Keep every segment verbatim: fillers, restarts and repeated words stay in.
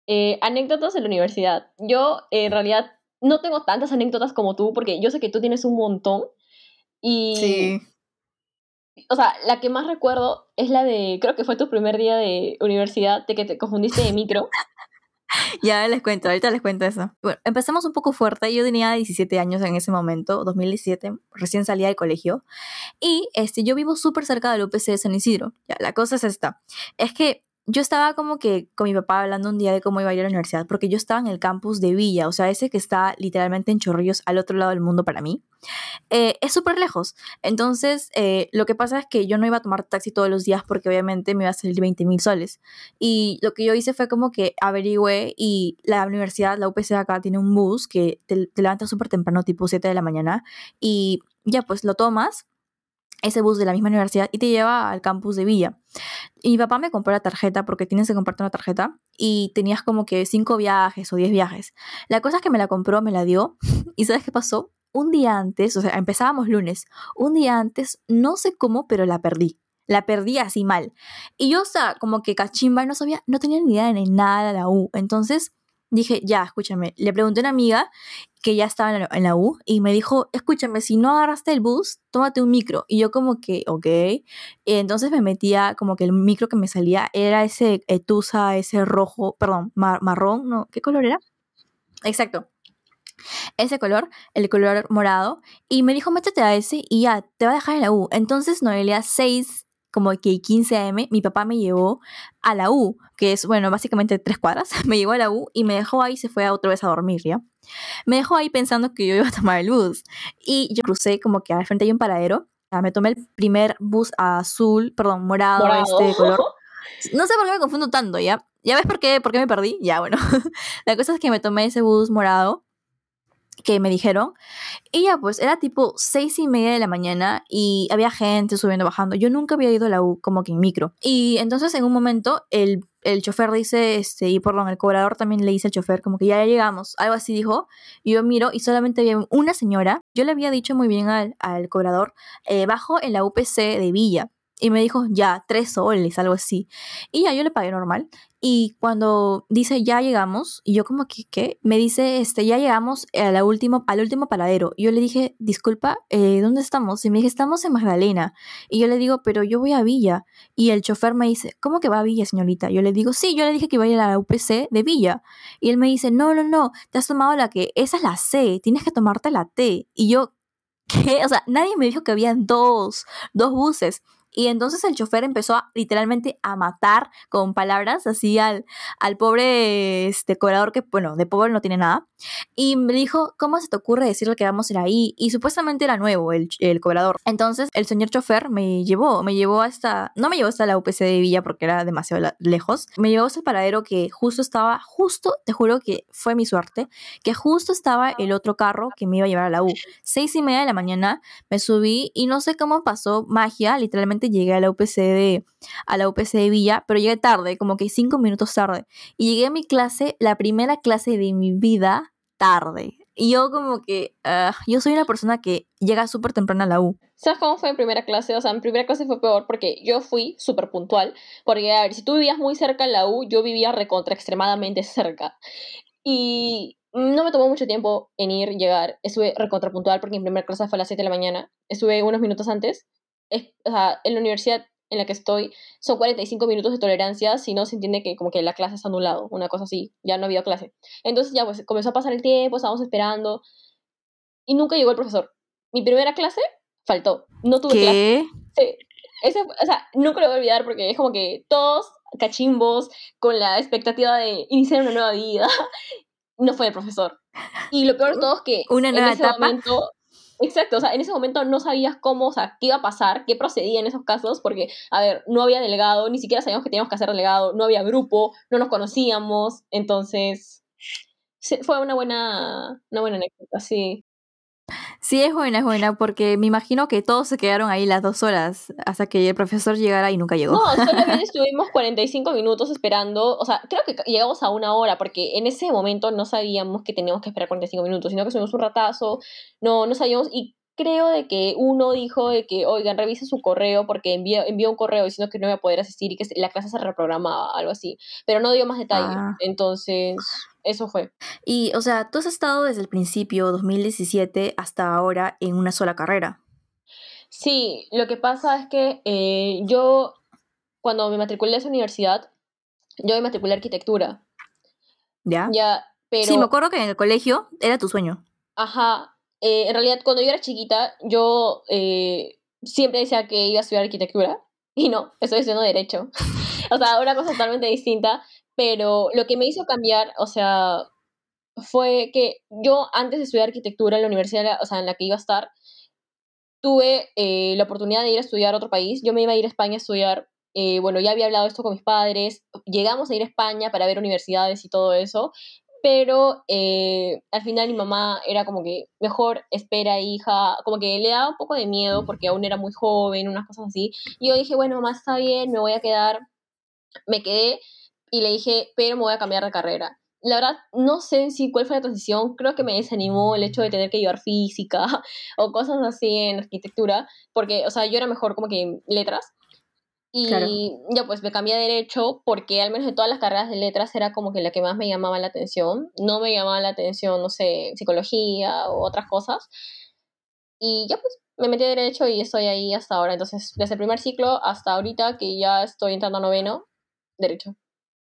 Eh, anécdotas en la universidad. Yo, eh, en realidad, no tengo tantas anécdotas como tú, porque yo sé que tú tienes un montón. Y, Sí. o sea, la que más recuerdo es la de, creo que fue tu primer día de universidad, de que te confundiste de micro. Ya les cuento, ahorita les cuento eso. Bueno, empezamos un poco fuerte. Yo tenía diecisiete años en ese momento, dos mil diecisiete, recién salía del colegio. Y este, yo vivo súper cerca del U P C de San Isidro. Ya, la cosa es esta. Es que yo estaba como que con mi papá hablando un día de cómo iba a ir a la universidad, porque yo estaba en el campus de Villa, o sea, ese que está literalmente en Chorrillos, al otro lado del mundo para mí. Eh, es súper lejos. Entonces, eh, lo que pasa es que yo no iba a tomar taxi todos los días porque obviamente me iba a salir veinte mil soles. Y lo que yo hice fue como que averigüé y la universidad, la U P C de acá, tiene un bus que te, te levanta súper temprano, tipo siete de la mañana, y ya pues lo tomas ese bus de la misma universidad y te lleva al campus de Villa. Y mi papá me compró la tarjeta porque tienes que comprarte una tarjeta y tenías como que cinco viajes o diez viajes. La cosa es que me la compró, me la dio y ¿sabes qué pasó? Un día antes, o sea, empezábamos lunes, un día antes, no sé cómo, pero la perdí. La perdí así mal. Y yo, o sea, como que cachimba, no sabía, no tenía ni idea de nada de la U. Entonces dije, ya, escúchame. Le pregunté a una amiga que ya estaba en la, en la U y me dijo, escúchame, si no agarraste el bus, tómate un micro. Y yo como que, ok. Y entonces me metía, como que el micro que me salía era ese Etusa, ese rojo, perdón, mar- marrón, ¿no? ¿Qué color era? Exacto, ese color, el color morado, y me dijo, métete a ese y ya, te va a dejar en la U. Entonces, Noelia, seis como que quince a eme, mi papá me llevó a la U, que es, bueno, básicamente tres cuadras, me llevó a la U y me dejó ahí y se fue a otra vez a dormir, ¿ya? Me dejó ahí pensando que yo iba a tomar el bus. Y yo crucé como que al frente hay un paradero. Ah, me tomé el primer bus azul, perdón, morado, Morado. este color. No sé por qué me confundo tanto, ¿ya? ¿Ya ves por qué, por qué me perdí? Ya, bueno. La cosa es que me tomé ese bus morado que me dijeron. Y ya, pues era tipo seis y media de la mañana y había gente subiendo, bajando. Yo nunca había ido a la U como que en micro. Y entonces en un momento el, el chofer dice, este, y perdón, el cobrador también le dice al chofer como que ya llegamos, algo así dijo. Y yo miro y solamente había una señora. Yo le había dicho muy bien al, al cobrador, eh, bajo en la U P C de Villa. Y me dijo, ya, tres soles, algo así. Y ya yo le pagué normal. Y cuando dice, ya llegamos, y yo como que, ¿qué? Me dice, este, ya llegamos a la último, al último paradero. Y yo le dije, disculpa, eh, ¿dónde estamos? Y me dije, estamos en Magdalena. Y yo le digo, pero yo voy a Villa. Y el chofer me dice, ¿cómo que va a Villa, señorita? Yo le digo, sí, yo le dije que iba a ir a la U P C de Villa. Y él me dice, no, no, no, te has tomado la que, esa es la C, tienes que tomarte la T. Y yo, ¿qué? O sea, nadie me dijo que había dos, dos buses. Y entonces el chofer empezó a, literalmente a matar con palabras así al, al pobre este, cobrador que, bueno, de pobre no tiene nada. Y me dijo, ¿cómo se te ocurre decirle que vamos a ir ahí? Y supuestamente era nuevo el, el cobrador. Entonces el señor chofer me llevó, me llevó hasta, no me llevó hasta la U P C de Villa porque era demasiado la, lejos. Me llevó hasta el paradero que justo estaba, justo, te juro que fue mi suerte, que justo estaba el otro carro que me iba a llevar a la U. Seis y media de la mañana me subí y no sé cómo pasó magia, literalmente llegué a la U P C de, a la U P C de Villa, pero llegué tarde, como que cinco minutos tarde. Y llegué a mi clase, la primera clase de mi vida, tarde. Y yo como que, uh, yo soy una persona que llega súper temprano a la U. ¿Sabes cómo fue en primera clase? O sea, en primera clase fue peor porque yo fui súper puntual. Porque, a ver, si tú vivías muy cerca en la U, yo vivía recontra extremadamente cerca. Y no me tomó mucho tiempo en ir, llegar. Estuve recontra puntual porque mi primera clase fue a las siete de la mañana. Estuve unos minutos antes. Es, o sea, en la universidad en la que estoy son cuarenta y cinco minutos de tolerancia, si no se entiende que como que la clase está anulado, una cosa así, ya no había clase. Entonces ya pues comenzó a pasar el tiempo, estábamos esperando y nunca llegó el profesor. Mi primera clase faltó, no tuve clase. ¿Qué? Sí, ese, o sea, nunca lo voy a olvidar porque es como que todos cachimbos con la expectativa de iniciar una nueva vida, no fue el profesor. Y lo peor de todo es que ¿Una en nueva ese etapa? momento, exacto, o sea, en ese momento no sabías cómo, o sea, qué iba a pasar, qué procedía en esos casos, porque, a ver, no había delegado, ni siquiera sabíamos que teníamos que hacer delegado, no había grupo, no nos conocíamos, entonces sí, fue una buena, una buena anécdota, sí. Sí, es buena, es buena, porque me imagino que todos se quedaron ahí las dos horas hasta que el profesor llegara y nunca No, llegó. solamente estuvimos cuarenta y cinco minutos esperando, o sea, creo que llegamos a una hora, porque en ese momento no sabíamos que teníamos que esperar cuarenta y cinco minutos, sino que estuvimos un ratazo, no, no sabíamos, y creo de que uno dijo de que, oigan, revise su correo porque envió, envió un correo diciendo que no iba a poder asistir y que la clase se reprogramaba, algo así. Pero no dio más detalles. Ah. Entonces, eso fue. Y, o sea, tú has estado desde el principio, dos mil diecisiete, hasta ahora en una sola carrera. Sí, lo que pasa es que eh, yo, cuando me matriculé a esa universidad, yo me matriculé a arquitectura. ¿Ya? Ya, Sí, me pero, acuerdo que en el colegio era tu sueño. ajá, eh, en realidad cuando yo era chiquita, yo eh, siempre decía que iba a estudiar arquitectura y no, estoy estudiando derecho. O sea, una cosa totalmente distinta, pero lo que me hizo cambiar, o sea, fue que yo antes de estudiar arquitectura en la universidad, o sea, en la que iba a estar, tuve eh, la oportunidad de ir a estudiar a otro país. Yo me iba a ir a España a estudiar. Eh, bueno, ya había hablado esto con mis padres. Llegamos a ir a España para ver universidades y todo eso. Pero eh, al final mi mamá era como que, mejor espera, hija. Como que le daba un poco de miedo porque aún era muy joven, unas cosas así. Y yo dije, bueno, mamá, está bien, me voy a quedar. Me quedé y le dije, pero me voy a cambiar de carrera. La verdad, no sé en sí cuál fue la transición. Creo que me desanimó el hecho de tener que llevar física o cosas así en arquitectura, porque, o sea, yo era mejor como que en letras. Claro. Y ya pues me cambié a derecho porque al menos de todas las carreras de letras era como que la que más me llamaba la atención. No me llamaba la atención, no sé, psicología o otras cosas. Y ya pues me metí a derecho y estoy ahí hasta ahora. Entonces, desde el primer ciclo hasta ahorita que ya estoy entrando a noveno, derecho.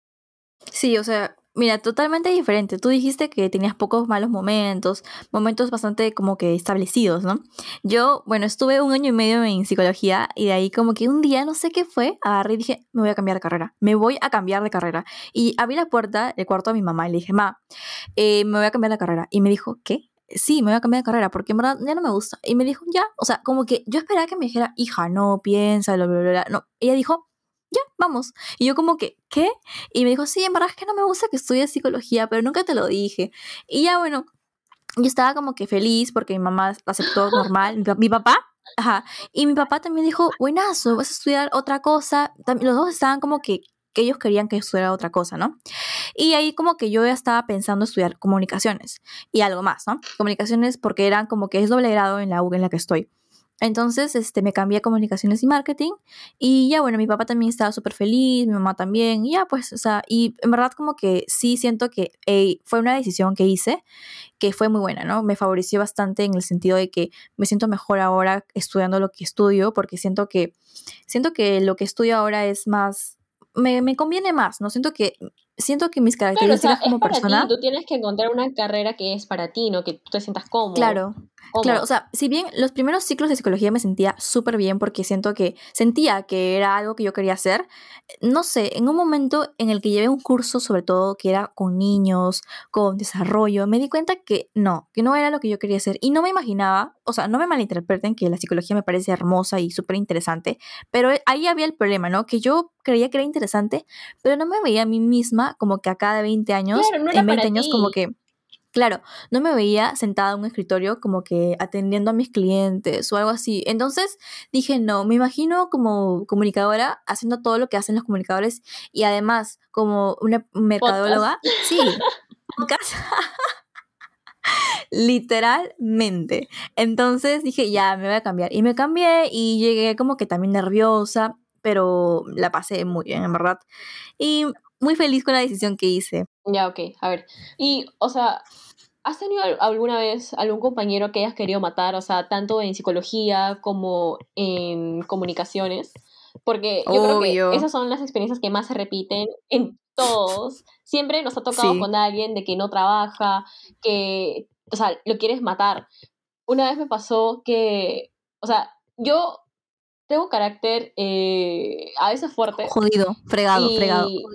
Sí, o sea, mira, totalmente diferente. Tú dijiste que tenías pocos malos momentos, momentos bastante como que establecidos, ¿no? Yo, bueno, estuve un año y medio en psicología y de ahí como que un día, no sé qué fue, agarré y dije, me voy a cambiar de carrera, me voy a cambiar de carrera. Y abrí la puerta, el cuarto de mi mamá y le dije, ma, eh, me voy a cambiar de carrera. Y me dijo, ¿qué? Sí, me voy a cambiar de carrera porque en verdad ya no me gusta. Y me dijo, ya, o sea, como que yo esperaba que me dijera, hija, no, piensa, bla, bla, bla, bla. No, ella dijo, ya, vamos. Y yo como que, ¿qué? Y me dijo, sí, en verdad es que no me gusta que estudies psicología, pero nunca te lo dije. Y ya, bueno, yo estaba como que feliz porque mi mamá aceptó normal. Mi, pa- mi papá, ajá. Y mi papá también dijo, buenazo, vas a estudiar otra cosa. Tam- Los dos estaban como que, que ellos querían que estudiara otra cosa, ¿no? Y ahí como que yo ya estaba pensando estudiar comunicaciones y algo más, ¿no? Comunicaciones porque eran como que es doble grado en la U en la que estoy. Entonces, este, me cambié a comunicaciones y marketing y ya, bueno, mi papá también estaba súper feliz, mi mamá también, y ya, pues, o sea, y en verdad como que sí siento que ey, fue una decisión que hice que fue muy buena, ¿no? Me favoreció bastante en el sentido de que me siento mejor ahora estudiando lo que estudio porque siento que, siento que lo que estudio ahora es más, me, me conviene más, ¿no? Siento que, siento que mis Claro, o sea, características es como para ti, persona. tú tienes que encontrar una carrera que es para ti, no que tú te sientas cómodo, Claro, claro, o cómoda. sea, si bien los primeros ciclos de psicología me sentía súper bien porque siento que sentía que era algo que yo quería hacer, no sé, en un momento en el que llevé un curso sobre todo que era con niños, con desarrollo, me di cuenta que no, que no era lo que yo quería hacer y no me imaginaba, o sea, no me malinterpreten que la psicología me parece hermosa y súper interesante, pero ahí había el problema, ¿no? Que yo creía que era interesante, pero no me veía a mí misma como que a cada veinte años, Claro, no era en veinte para años como ti. que claro, no me veía sentada en un escritorio como que atendiendo a mis clientes o algo así. Entonces dije, no, me imagino como comunicadora haciendo todo lo que hacen los comunicadores y además como una Podcast. mercadóloga, sí, podcast, literalmente. Entonces dije, ya, me voy a cambiar. Y me cambié y llegué como que también nerviosa, pero la pasé muy bien, en verdad. Y muy feliz con la decisión que hice. Ya, ok, a ver. Y, o sea, ¿has tenido al- alguna vez algún compañero que hayas querido matar? O sea, tanto en psicología como en comunicaciones. Porque yo creo que Obvio, esas son las experiencias que más se repiten en todos. Siempre nos ha tocado sí. con alguien de que no trabaja, que, o sea, lo quieres matar. Una vez me pasó que, o sea, yo tengo carácter eh, a veces fuerte Jodido, fregado, fregado. y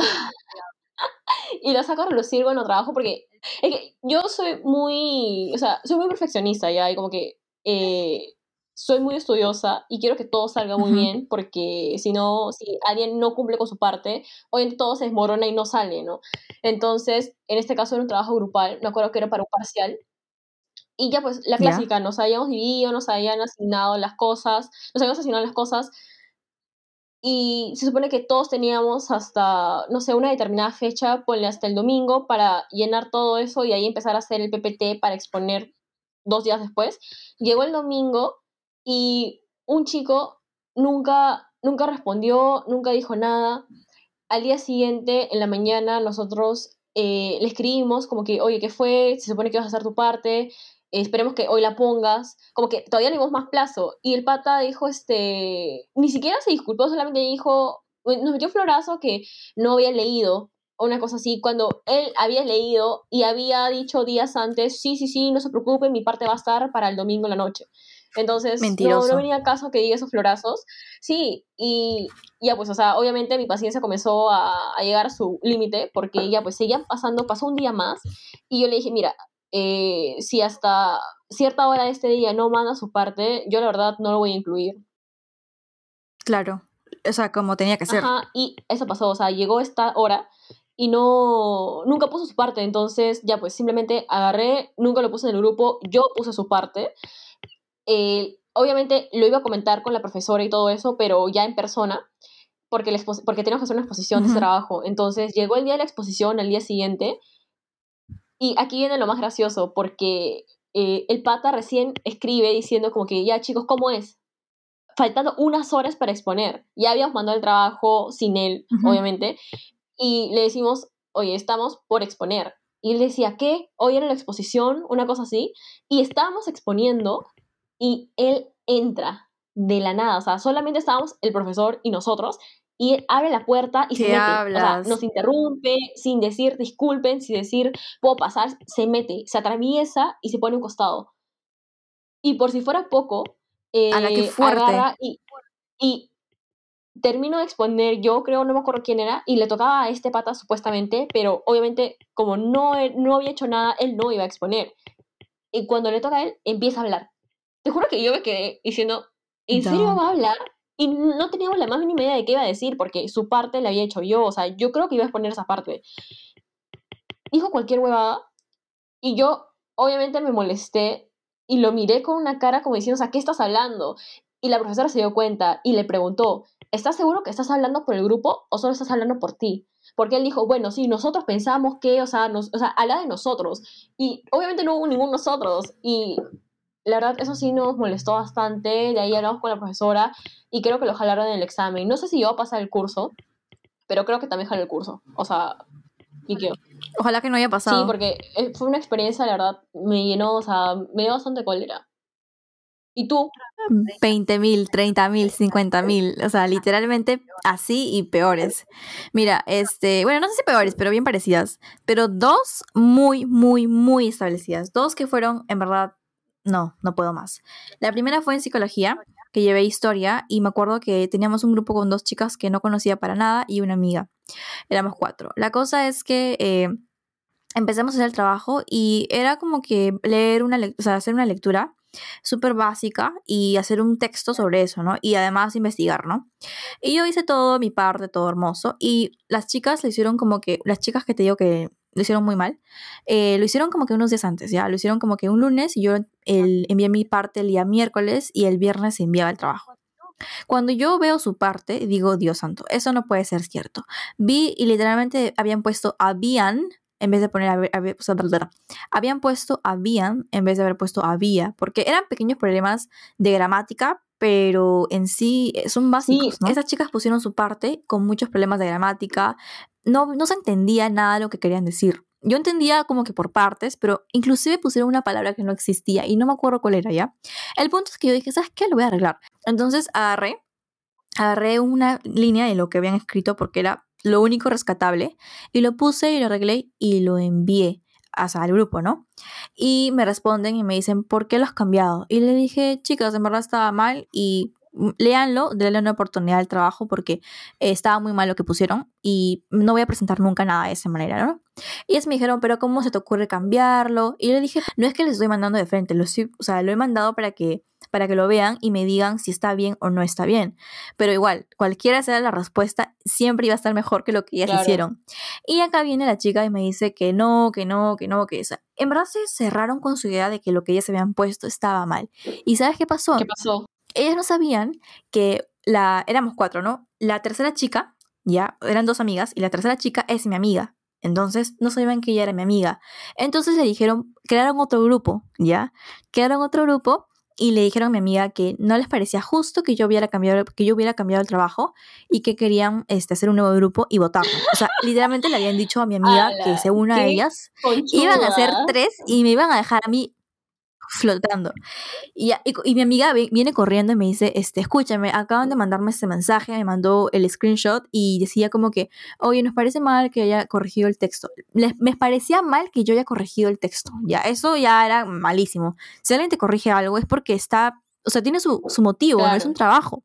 y lo saco a relucir cuando trabajo porque es que yo soy muy, o sea, soy muy perfeccionista ya, y como que eh, soy muy estudiosa y quiero que todo salga muy Ujú. bien porque si no, si alguien no cumple con su parte, obviamente todo se desmorona y no sale, ¿no? Entonces, en este caso era un trabajo grupal, me acuerdo que era para un parcial y ya pues la ¿Ya? clásica, nos habíamos dividido, nos habían asignado las cosas, nos habíamos asignado las cosas y se supone que todos teníamos hasta, no sé, una determinada fecha, ponle hasta el domingo, para llenar todo eso y ahí empezar a hacer el P P T para exponer. dos días después. Llegó el domingo y un chico nunca, nunca respondió, nunca dijo nada. Al día siguiente, en la mañana, nosotros eh, le escribimos como que, oye, ¿qué fue? Se supone que vas a hacer tu parte, eh, esperemos que hoy la pongas. Como que todavía le dimos más plazo. Y el pata dijo, este, ni siquiera se disculpó, solamente dijo, nos metió un florazo que no había leído, o una cosa así, cuando él había leído y había dicho días antes, sí, sí, sí, no se preocupen, mi parte va a estar para el domingo en la noche. Entonces, no, no Mentiroso. venía al caso que diga esos florazos. Sí, y ya pues, o sea, obviamente mi paciencia comenzó a, a llegar a su límite porque ya pues seguían pasando, pasó un día más y yo le dije, mira, eh, si hasta cierta hora de este día no manda su parte, yo la verdad no lo voy a incluir. Claro, o sea, como tenía que ser. Ajá, y eso pasó, o sea, llegó esta hora y no, nunca puso su parte, entonces ya pues simplemente agarré, nunca lo puse en el grupo, yo puse su parte. Eh, obviamente lo iba a comentar con la profesora y todo eso, pero ya en persona, porque, la expo- porque teníamos que hacer una exposición de ese Ujú. trabajo. Entonces llegó el día de la exposición, el día siguiente, y aquí viene lo más gracioso, porque eh, el pata recién escribe diciendo como que, ya chicos, ¿cómo es? Faltando unas horas para exponer. Ya habíamos mandado el trabajo sin él, Ujú. obviamente, y le decimos, oye, estamos por exponer. Y él decía, ¿qué? Hoy era la exposición, una cosa así, y estábamos exponiendo y él entra de la nada, o sea, solamente estábamos el profesor y nosotros, y él abre la puerta y se ¿Qué mete, o sea, hablas? nos interrumpe sin decir disculpen, sin decir puedo pasar, se mete, se atraviesa y se pone a un costado. Y por si fuera poco, A la que eh, fuerte. agarra y, y termino de exponer, yo creo, no me acuerdo quién era, y le tocaba a este pata supuestamente, pero obviamente como no, no había hecho nada, él no iba a exponer. Y cuando le toca a él, empieza a hablar. Te juro que yo me quedé diciendo, ¿en serio No. va a hablar? Y no teníamos la más mínima idea de qué iba a decir, porque su parte la había hecho yo, o sea, yo creo que iba a exponer esa parte. Dijo cualquier huevada, y yo obviamente me molesté, y lo miré con una cara como diciendo, o sea, ¿qué estás hablando? Y la profesora se dio cuenta, y le preguntó, ¿estás seguro que estás hablando por el grupo, o solo estás hablando por ti? Porque él dijo, bueno, sí, nosotros pensamos que, o sea, nos, o sea, habla de nosotros. Y obviamente no hubo ningún nosotros. Y la verdad, eso sí nos molestó bastante. De ahí hablamos con la profesora y creo que lo jalaron en el examen. No sé si iba a pasar el curso, pero creo que también jaló el curso. O sea, quiqueo. Ojalá que no haya Sí, pasado. porque eh, fue una experiencia, la verdad, me llenó, o sea, me dio bastante cólera. ¿Y tú? Veinte mil, treinta mil, cincuenta mil, o sea, literalmente así y peores. Mira, este, bueno, no sé si peores, pero bien parecidas, pero dos muy, muy, muy establecidas, dos que fueron, en verdad, no, no puedo más. La primera fue en psicología, que llevé historia, y me acuerdo que teníamos un grupo con dos chicas que no conocía para nada y una amiga, éramos cuatro. La cosa es que eh, empezamos a hacer el trabajo y era como que leer una, lec- o sea, hacer una lectura súper básica y hacer un texto sobre eso, ¿no? Y además investigar, ¿no? Y yo hice todo, mi parte, todo hermoso. Y las chicas lo hicieron como que, las chicas que te digo que lo hicieron muy mal, eh, lo hicieron como que unos días antes, ¿ya? Lo hicieron como que un lunes y yo el, envié mi parte el día miércoles y el viernes se enviaba el trabajo. Cuando yo veo su parte, digo, Dios santo, eso no puede ser cierto. Vi y literalmente habían puesto habían en vez de poner hab- hab- o sea, perdón, habían puesto habían en vez de haber puesto había, porque eran pequeños problemas de gramática, pero en sí eh, son Sí, básicos, ¿no? Esas chicas pusieron su parte con muchos problemas de gramática, no, no se entendía nada de lo que querían decir. Yo entendía como que por partes, pero inclusive pusieron una palabra que no existía y no me acuerdo cuál era ya. El punto es que yo dije, ¿sabes qué? Lo voy a arreglar. Entonces agarré, agarré una línea de lo que habían escrito porque era lo único rescatable y lo puse y lo arreglé y lo envié hasta al grupo, ¿no? Y me responden y me dicen, ¿por qué lo has cambiado? Y le dije, chicas, en verdad estaba mal y mm, léanlo, denle una oportunidad al trabajo porque eh, estaba muy mal lo que pusieron y no voy a presentar nunca nada de esa manera, ¿no? Y ellos me dijeron, pero ¿cómo se te ocurre cambiarlo? Y yo le dije, no es que les estoy mandando de frente, lo estoy, o sea, lo he mandado para que para que lo vean y me digan si está bien o no está bien. Pero igual, cualquiera sea la respuesta, siempre iba a estar mejor que lo que ellas claro. hicieron. Y acá viene la chica y me dice que no, que no, que no, que esa. En verdad se cerraron con su idea de que lo que ellas habían puesto estaba mal. ¿Y sabes qué ¿Qué pasó? pasó? Ellas no sabían que la, éramos cuatro, ¿no? La tercera chica, ya, eran dos amigas, y la tercera chica es mi amiga. Entonces no sabían que ella era mi amiga. Entonces le dijeron, crearon otro grupo, ¿ya? Crearon otro grupo y le dijeron a mi amiga que no les parecía justo que yo hubiera cambiado, que yo hubiera cambiado el trabajo y que querían este, hacer un nuevo grupo y votarme. O sea, literalmente le habían dicho a mi amiga que ¡Hala! según a ¡Qué ellas iban a ser conchuda! tres y me iban a dejar a mí flotando. Y, ya- y, y mi amiga vi- viene corriendo y me dice, este, escúchame, acaban de mandarme este mensaje, me mandó el screenshot y decía como que, oye, nos parece mal que haya corregido el texto. Les, me parecía mal que yo haya corregido el texto, ya, eso ya era malísimo. Si alguien te corrige algo es porque está, o sea, tiene su, su motivo, no es un Claro. trabajo.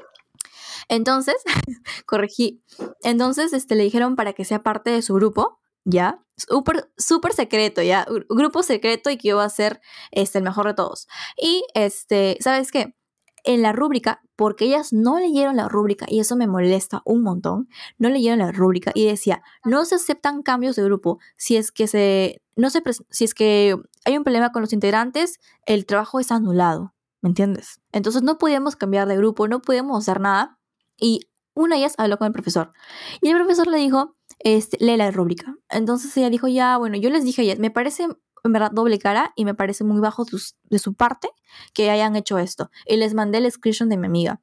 Entonces, corregí. Entonces, este, le dijeron para que sea parte de su grupo, ¿ya? Súper, súper secreto, ¿ya? Gru- Grupo secreto y que yo iba a ser este, el mejor de todos. Y, este, ¿sabes qué? En la rúbrica, porque ellas no leyeron la rúbrica, y eso me molesta un montón, no leyeron la rúbrica y decía, no se aceptan cambios de grupo. Si es que se, no se, pres- si es que hay un problema con los integrantes, el trabajo es anulado, ¿me entiendes? Entonces no podíamos cambiar de grupo, no podíamos hacer nada. Y una de ellas habló con el profesor. Y el profesor le dijo, este, lee la rúbrica. Entonces ella dijo, ya, bueno, yo les dije a ellas, me parece en verdad doble cara y me parece muy bajo sus- de su parte que hayan hecho esto. Y les mandé el screenshot de mi amiga.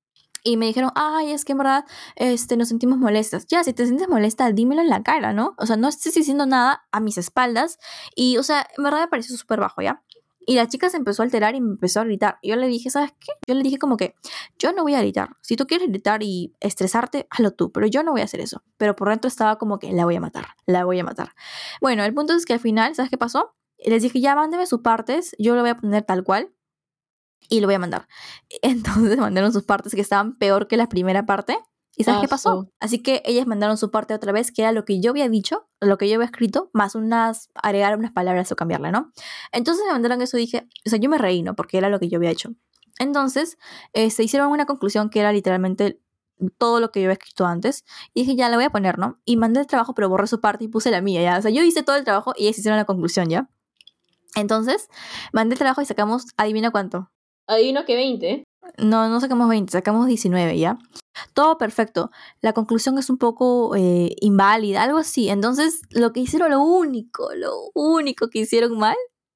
Y me dijeron, ay, es que en verdad este, nos sentimos molestas. Ya, si te sientes molesta, dímelo en la cara, ¿no? O sea, no estés diciendo nada a mis espaldas. Y, o sea, en verdad me pareció súper bajo, ¿ya? Y la chica se empezó a alterar y me empezó a gritar. Y yo le dije, ¿sabes qué? Yo le dije como que, yo no voy a gritar. Si tú quieres gritar y estresarte, hazlo tú. Pero yo no voy a hacer eso. Pero por dentro estaba como que, la voy a matar, la voy a matar. Bueno, el punto es que al final, ¿sabes qué pasó? Les dije, ya, mándeme sus partes. Yo lo voy a poner tal cual y lo voy a mandar. Entonces mandaron sus partes que estaban peor que la primera parte. ¿Y sabes Ah, qué pasó? su. Así que ellas mandaron su parte otra vez, que era lo que yo había dicho, lo que yo había escrito, más unas, agregar unas palabras o cambiarla, ¿no? Entonces me mandaron eso y dije, o sea, yo me reí, ¿no? Porque era lo que yo había hecho. Entonces, eh, se hicieron una conclusión que era literalmente todo lo que yo había escrito antes. Y dije, ya, la voy a poner, ¿no? Y mandé el trabajo, pero borré su parte y puse la mía, ¿ya? O sea, yo hice todo el trabajo y ellas hicieron la conclusión, ¿ya? Entonces, mandé el trabajo y sacamos, adivina cuánto. Adivino que veinte. No, no sacamos veinte, sacamos diecinueve, ¿ya? Todo perfecto. La conclusión es un poco eh, inválida, algo así. Entonces, lo que hicieron, lo único, lo único que hicieron mal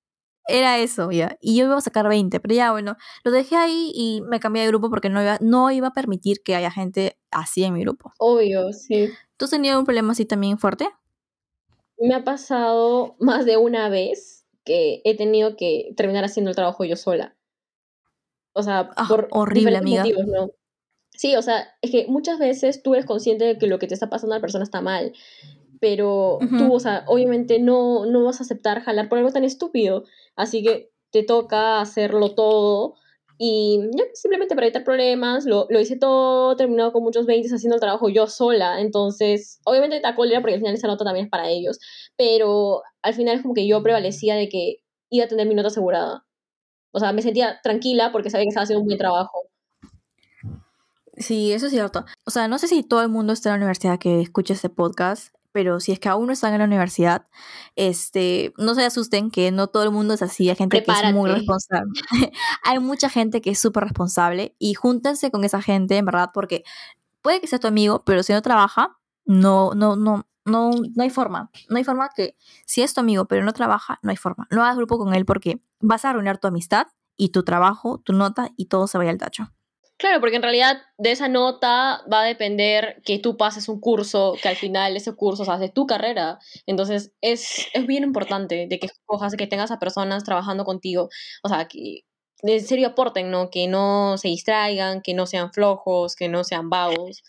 era eso, ¿ya? Y yo iba a sacar veinte, pero ya, bueno, lo dejé ahí y me cambié de grupo porque no iba, no iba a permitir que haya gente así en mi grupo. Obvio, sí. ¿Tú has tenido un problema así también fuerte? Me ha pasado más de una vez que he tenido que terminar haciendo el trabajo yo sola. O sea, Ah, por horrible, diferentes amiga. motivos, ¿no? Sí, o sea, es que muchas veces tú eres consciente de que lo que te está pasando a la persona está mal, pero tú, Ujú. o sea, obviamente no, no vas a aceptar jalar por algo tan estúpido, así que te toca hacerlo todo y ya, simplemente para evitar problemas, lo, lo hice todo, terminado con muchos veinte haciendo el trabajo yo sola, entonces, obviamente da cólera porque al final esa nota también es para ellos, pero al final es como que yo prevalecía de que iba a tener mi nota asegurada, o sea, me sentía tranquila porque sabía que estaba haciendo un buen trabajo. Sí, eso es cierto. O sea, no sé si todo el mundo está en la universidad que escucha este podcast, pero si es que aún no están en la universidad, este, no se asusten que no todo el mundo es así. Hay gente que es muy Prepárate. responsable. Hay mucha gente que es súper responsable y júntense con esa gente, en verdad, porque puede que sea tu amigo, pero si no trabaja, no, no, no, no, no hay forma. No hay forma que, si es tu amigo, pero no trabaja, no hay forma. No hagas grupo con él porque vas a arruinar tu amistad y tu trabajo, tu nota y todo se vaya al tacho. Claro, porque en realidad de esa nota va a depender que tú pases un curso, que al final ese curso, o sea, es de tu carrera. Entonces, es, es bien importante de que escojas, que tengas a personas trabajando contigo, o sea, que en serio aporten, ¿no? Que no se distraigan, que no sean flojos, que no sean vagos.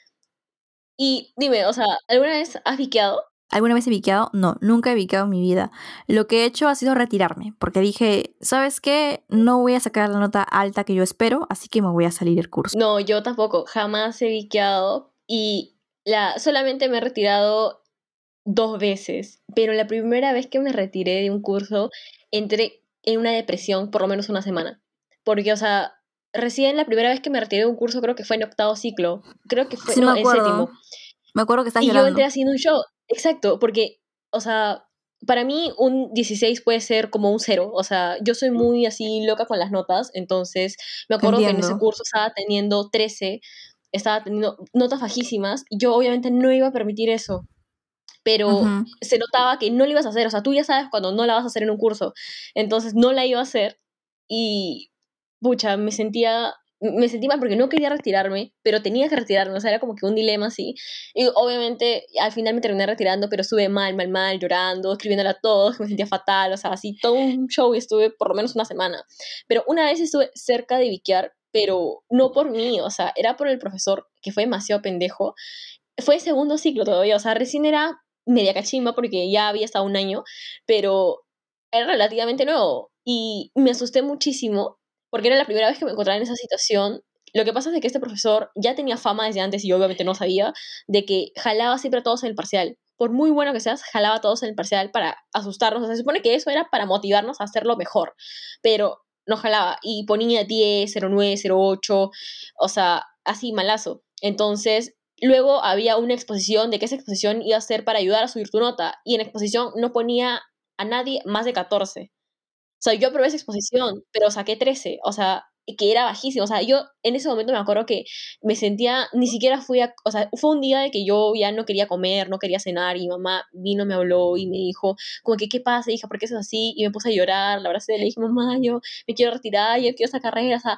Y dime, o sea, ¿alguna vez has biqueado? ¿Alguna vez he biqueado? No, nunca he biqueado en mi vida. Lo que he hecho ha sido retirarme, porque dije, ¿sabes qué? No voy a sacar la nota alta que yo espero, así que me voy a salir del curso. No, yo tampoco, jamás he biqueado y la, solamente me he retirado dos veces, pero la primera vez que me retiré de un curso entré en una depresión por lo menos una semana, porque, o sea, recién la primera vez que me retiré de un curso creo que fue en octavo ciclo, creo que fue, Sí me no, en acuerdo, séptimo, me acuerdo que estás y yo entré llorando. haciendo un show, exacto, porque, o sea, para mí un dieciséis puede ser como un cero, o sea, yo soy muy así loca con las notas, entonces me acuerdo que en ese Entiendo. curso estaba teniendo trece, estaba teniendo notas bajísimas, y yo obviamente no iba a permitir eso. pero Ujú. se notaba que no la ibas a hacer, o sea, tú ya sabes cuando no la vas a hacer en un curso, entonces no la iba a hacer y, pucha, me sentía, me sentí mal porque no quería retirarme, pero tenía que retirarme, o sea, era como que un dilema así, y obviamente al final me terminé retirando, pero estuve mal, mal, mal, llorando, escribiéndole a todos, que me sentía fatal, o sea, así todo un show y estuve por lo menos una semana, pero una vez estuve cerca de biquear, pero no por mí, o sea, era por el profesor, que fue demasiado pendejo, fue segundo ciclo todavía, o sea, recién era media cachimba porque ya había estado un año, pero era relativamente nuevo y me asusté muchísimo porque era la primera vez que me encontraba en esa situación. Lo que pasa es de que este profesor ya tenía fama desde antes y yo obviamente no sabía de que jalaba siempre a todos en el parcial. Por muy bueno que seas, jalaba a todos en el parcial para asustarnos. O sea, se supone que eso era para motivarnos a hacerlo mejor, pero nos jalaba y ponía diez, cero nueve, cero ocho, o sea, así malazo. Entonces, luego había una exposición de que esa exposición iba a ser para ayudar a subir tu nota y en exposición no ponía a nadie más de catorce. O sea, yo aprobé esa exposición, pero saqué trece, o sea, que era bajísimo. O sea, yo en ese momento me acuerdo que me sentía, ni siquiera fui a, o sea, fue un día de que yo ya no quería comer, no quería cenar y mi mamá vino, me habló y me dijo, como que, ¿qué pasa, hija? ¿Por qué eso es así? Y me puse a llorar, la verdad, le dije, mamá, yo me quiero retirar, yo quiero esta carrera, o sea,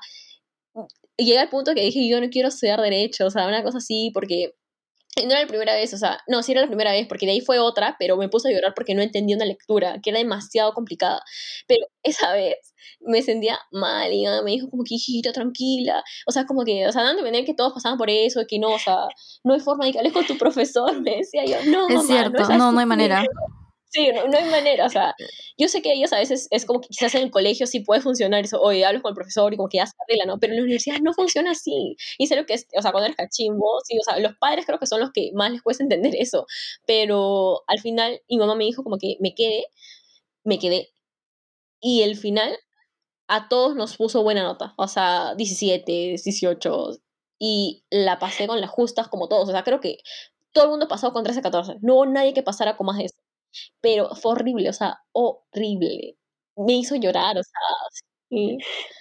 y llega el punto que dije, yo no quiero estudiar derecho, o sea, una cosa así, porque no era la primera vez, o sea, no, sí era la primera vez, porque de ahí fue otra, pero me puse a llorar porque no entendía una lectura, que era demasiado complicada. Pero esa vez me sentía mal y me dijo como que, hijita, tranquila. O sea, como que, o sea, dando a entender que todos pasaban por eso, que no, o sea, no hay forma de que hables con tu profesor, me decía yo, no, Es mamá, no es cierto, no, así. no hay manera. Sí, no, no hay manera, o sea, yo sé que ellos a veces es como que quizás en el colegio sí puede funcionar eso, oye, hablas con el profesor y como que ya se arregla, ¿no? Pero en la universidad no funciona así. Y sé lo que es, o sea, cuando eres cachimbo, sí, o sea, los padres creo que son los que más les cuesta entender eso, pero al final mi mamá me dijo como que me quedé, me quedé, y el final a todos nos puso buena nota, o sea, diecisiete, dieciocho, y la pasé con las justas como todos, o sea, creo que todo el mundo pasó con trece, catorce, no hubo nadie que pasara con más de eso, pero fue horrible, o sea, horrible. Me hizo llorar, o sea, sí.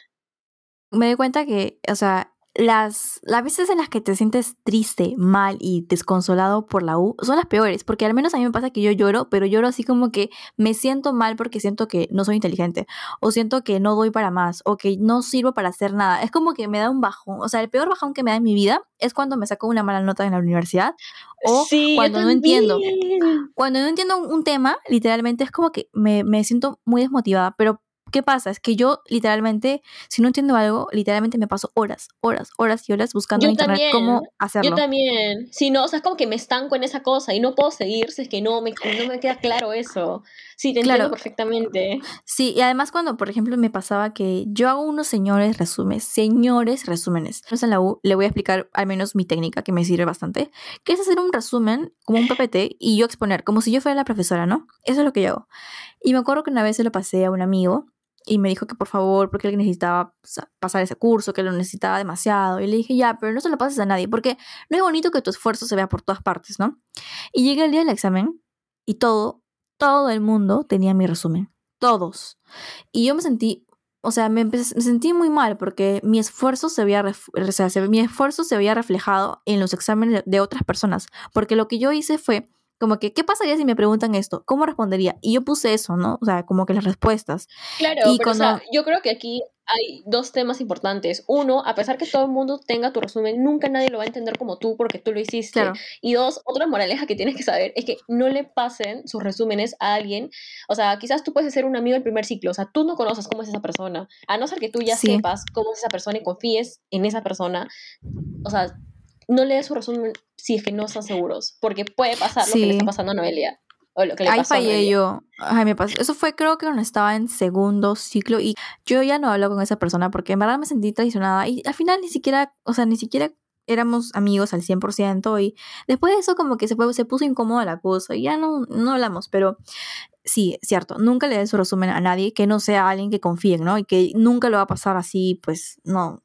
Me doy cuenta que, o sea, las, las veces en las que te sientes triste, mal y desconsolado por la U son las peores, porque al menos a mí me pasa que yo lloro, pero lloro así como que me siento mal porque siento que no soy inteligente, o siento que no doy para más, o que no sirvo para hacer nada. Es como que me da un bajón, o sea, el peor bajón que me da en mi vida es cuando me saco una mala nota en la universidad, o Sí, yo cuando no entiendo. también. Cuando no entiendo un, un tema, literalmente es como que me, me siento muy desmotivada, pero ¿qué pasa? Es que yo literalmente, si no entiendo algo, literalmente me paso horas, horas, horas y horas buscando Yo en internet también, cómo yo hacerlo. también. Sí, no, o sea, es como que me estanco en esa cosa y no puedo seguir si es que no me, no me queda claro eso. Sí, te entiendo Claro, perfectamente. sí, y además cuando, por ejemplo, me pasaba que yo hago unos señores resúmenes, señores resúmenes. Entonces en la U le voy a explicar al menos mi técnica, que me sirve bastante, que es hacer un resumen como un P P T y yo exponer, como si yo fuera la profesora, ¿no? Eso es lo que yo hago. Y me acuerdo que una vez se lo pasé a un amigo y me dijo que por favor, porque él necesitaba pasar ese curso, que lo necesitaba demasiado. Y le dije, ya, pero no se lo pases a nadie, porque no es bonito que tu esfuerzo se vea por todas partes, ¿no? Y llegué el día del examen y todo, todo el mundo tenía mi resumen. Todos. Y yo me sentí, o sea, me, empecé- me sentí muy mal porque mi esfuerzo se había, ref- o sea, se- mi esfuerzo se había reflejado en los exámenes de, de otras personas. Porque lo que yo hice fue como que, ¿qué pasaría si me preguntan esto? ¿Cómo respondería? Y yo puse eso, ¿no? O sea, como que las respuestas. Claro, Y pero o sea, cuando, yo creo que aquí hay dos temas importantes. Uno, a pesar que todo el mundo tenga tu resumen, nunca nadie lo va a entender como tú porque tú lo hiciste. claro, Y dos, otra moraleja que tienes que saber es que no le pasen sus resúmenes a alguien. O sea, quizás tú puedes ser un amigo del primer ciclo, o sea, tú no conoces cómo es esa persona, a no ser que tú ya sí, sepas cómo es esa persona y confíes en esa persona. O sea, no le des su resumen si es que no están seguros, porque puede pasar lo que le está sí. pasando a Noelia, o lo que le Ahí pasó a fallé Noelia. yo. Ay, me pasó. Eso fue creo que cuando estaba en segundo ciclo y yo ya no hablo con esa persona porque en verdad me sentí traicionada y al final ni siquiera, o sea, ni siquiera éramos amigos al cien por ciento y después de eso como que se fue, se puso incómoda la cosa y ya no, no hablamos, pero sí, cierto, nunca le den su resumen a nadie que no sea alguien que confíen, ¿no? Y que nunca lo va a pasar así, pues no.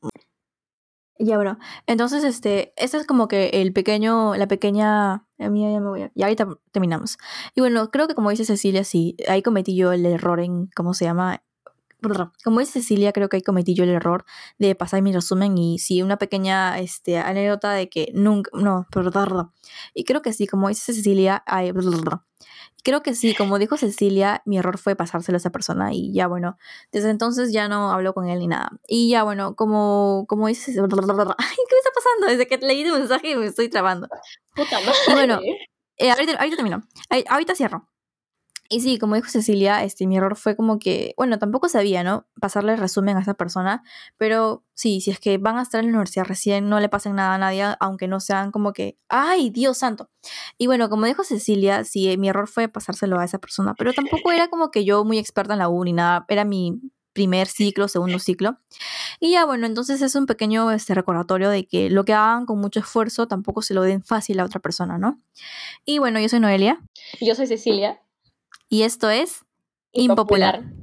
Ya, bueno, entonces, este, este es como que el pequeño, la pequeña, a mí ya me voy a, y ahorita terminamos. Y bueno, creo que como dice Cecilia, sí, ahí cometí yo el error en, ¿cómo se llama? como dice Cecilia, creo que ahí cometí yo el error de pasar mi resumen y sí, una pequeña este, anécdota de que nunca, no, perdón, y creo que sí, como dice Cecilia, ay, creo que sí, como dijo Cecilia, mi error fue pasárselo a esa persona y ya bueno, desde entonces ya no hablo con él ni nada. Y ya bueno, como, como dice, ay, ¿qué me está pasando? Desde que leí tu mensaje me estoy trabando. Puta madre. Y bueno, eh, ahorita, ahorita termino, Ahí- ahorita cierro. Y sí, como dijo Cecilia, este, mi error fue como que, bueno, tampoco sabía, ¿no? Pasarle el resumen a esa persona, pero sí, si es que van a estar en la universidad recién, no le pasen nada a nadie, aunque no sean como que, ¡ay, Dios santo! Y bueno, como dijo Cecilia, sí, eh, mi error fue pasárselo a esa persona, pero tampoco era como que yo muy experta en la U ni nada, era mi primer ciclo, segundo ciclo. Y ya, bueno, entonces es un pequeño este, recordatorio de que lo que hagan con mucho esfuerzo tampoco se lo den fácil a otra persona, ¿no? Y bueno, yo soy Noelia. Yo soy Cecilia. Y esto es Impopular. Impopular.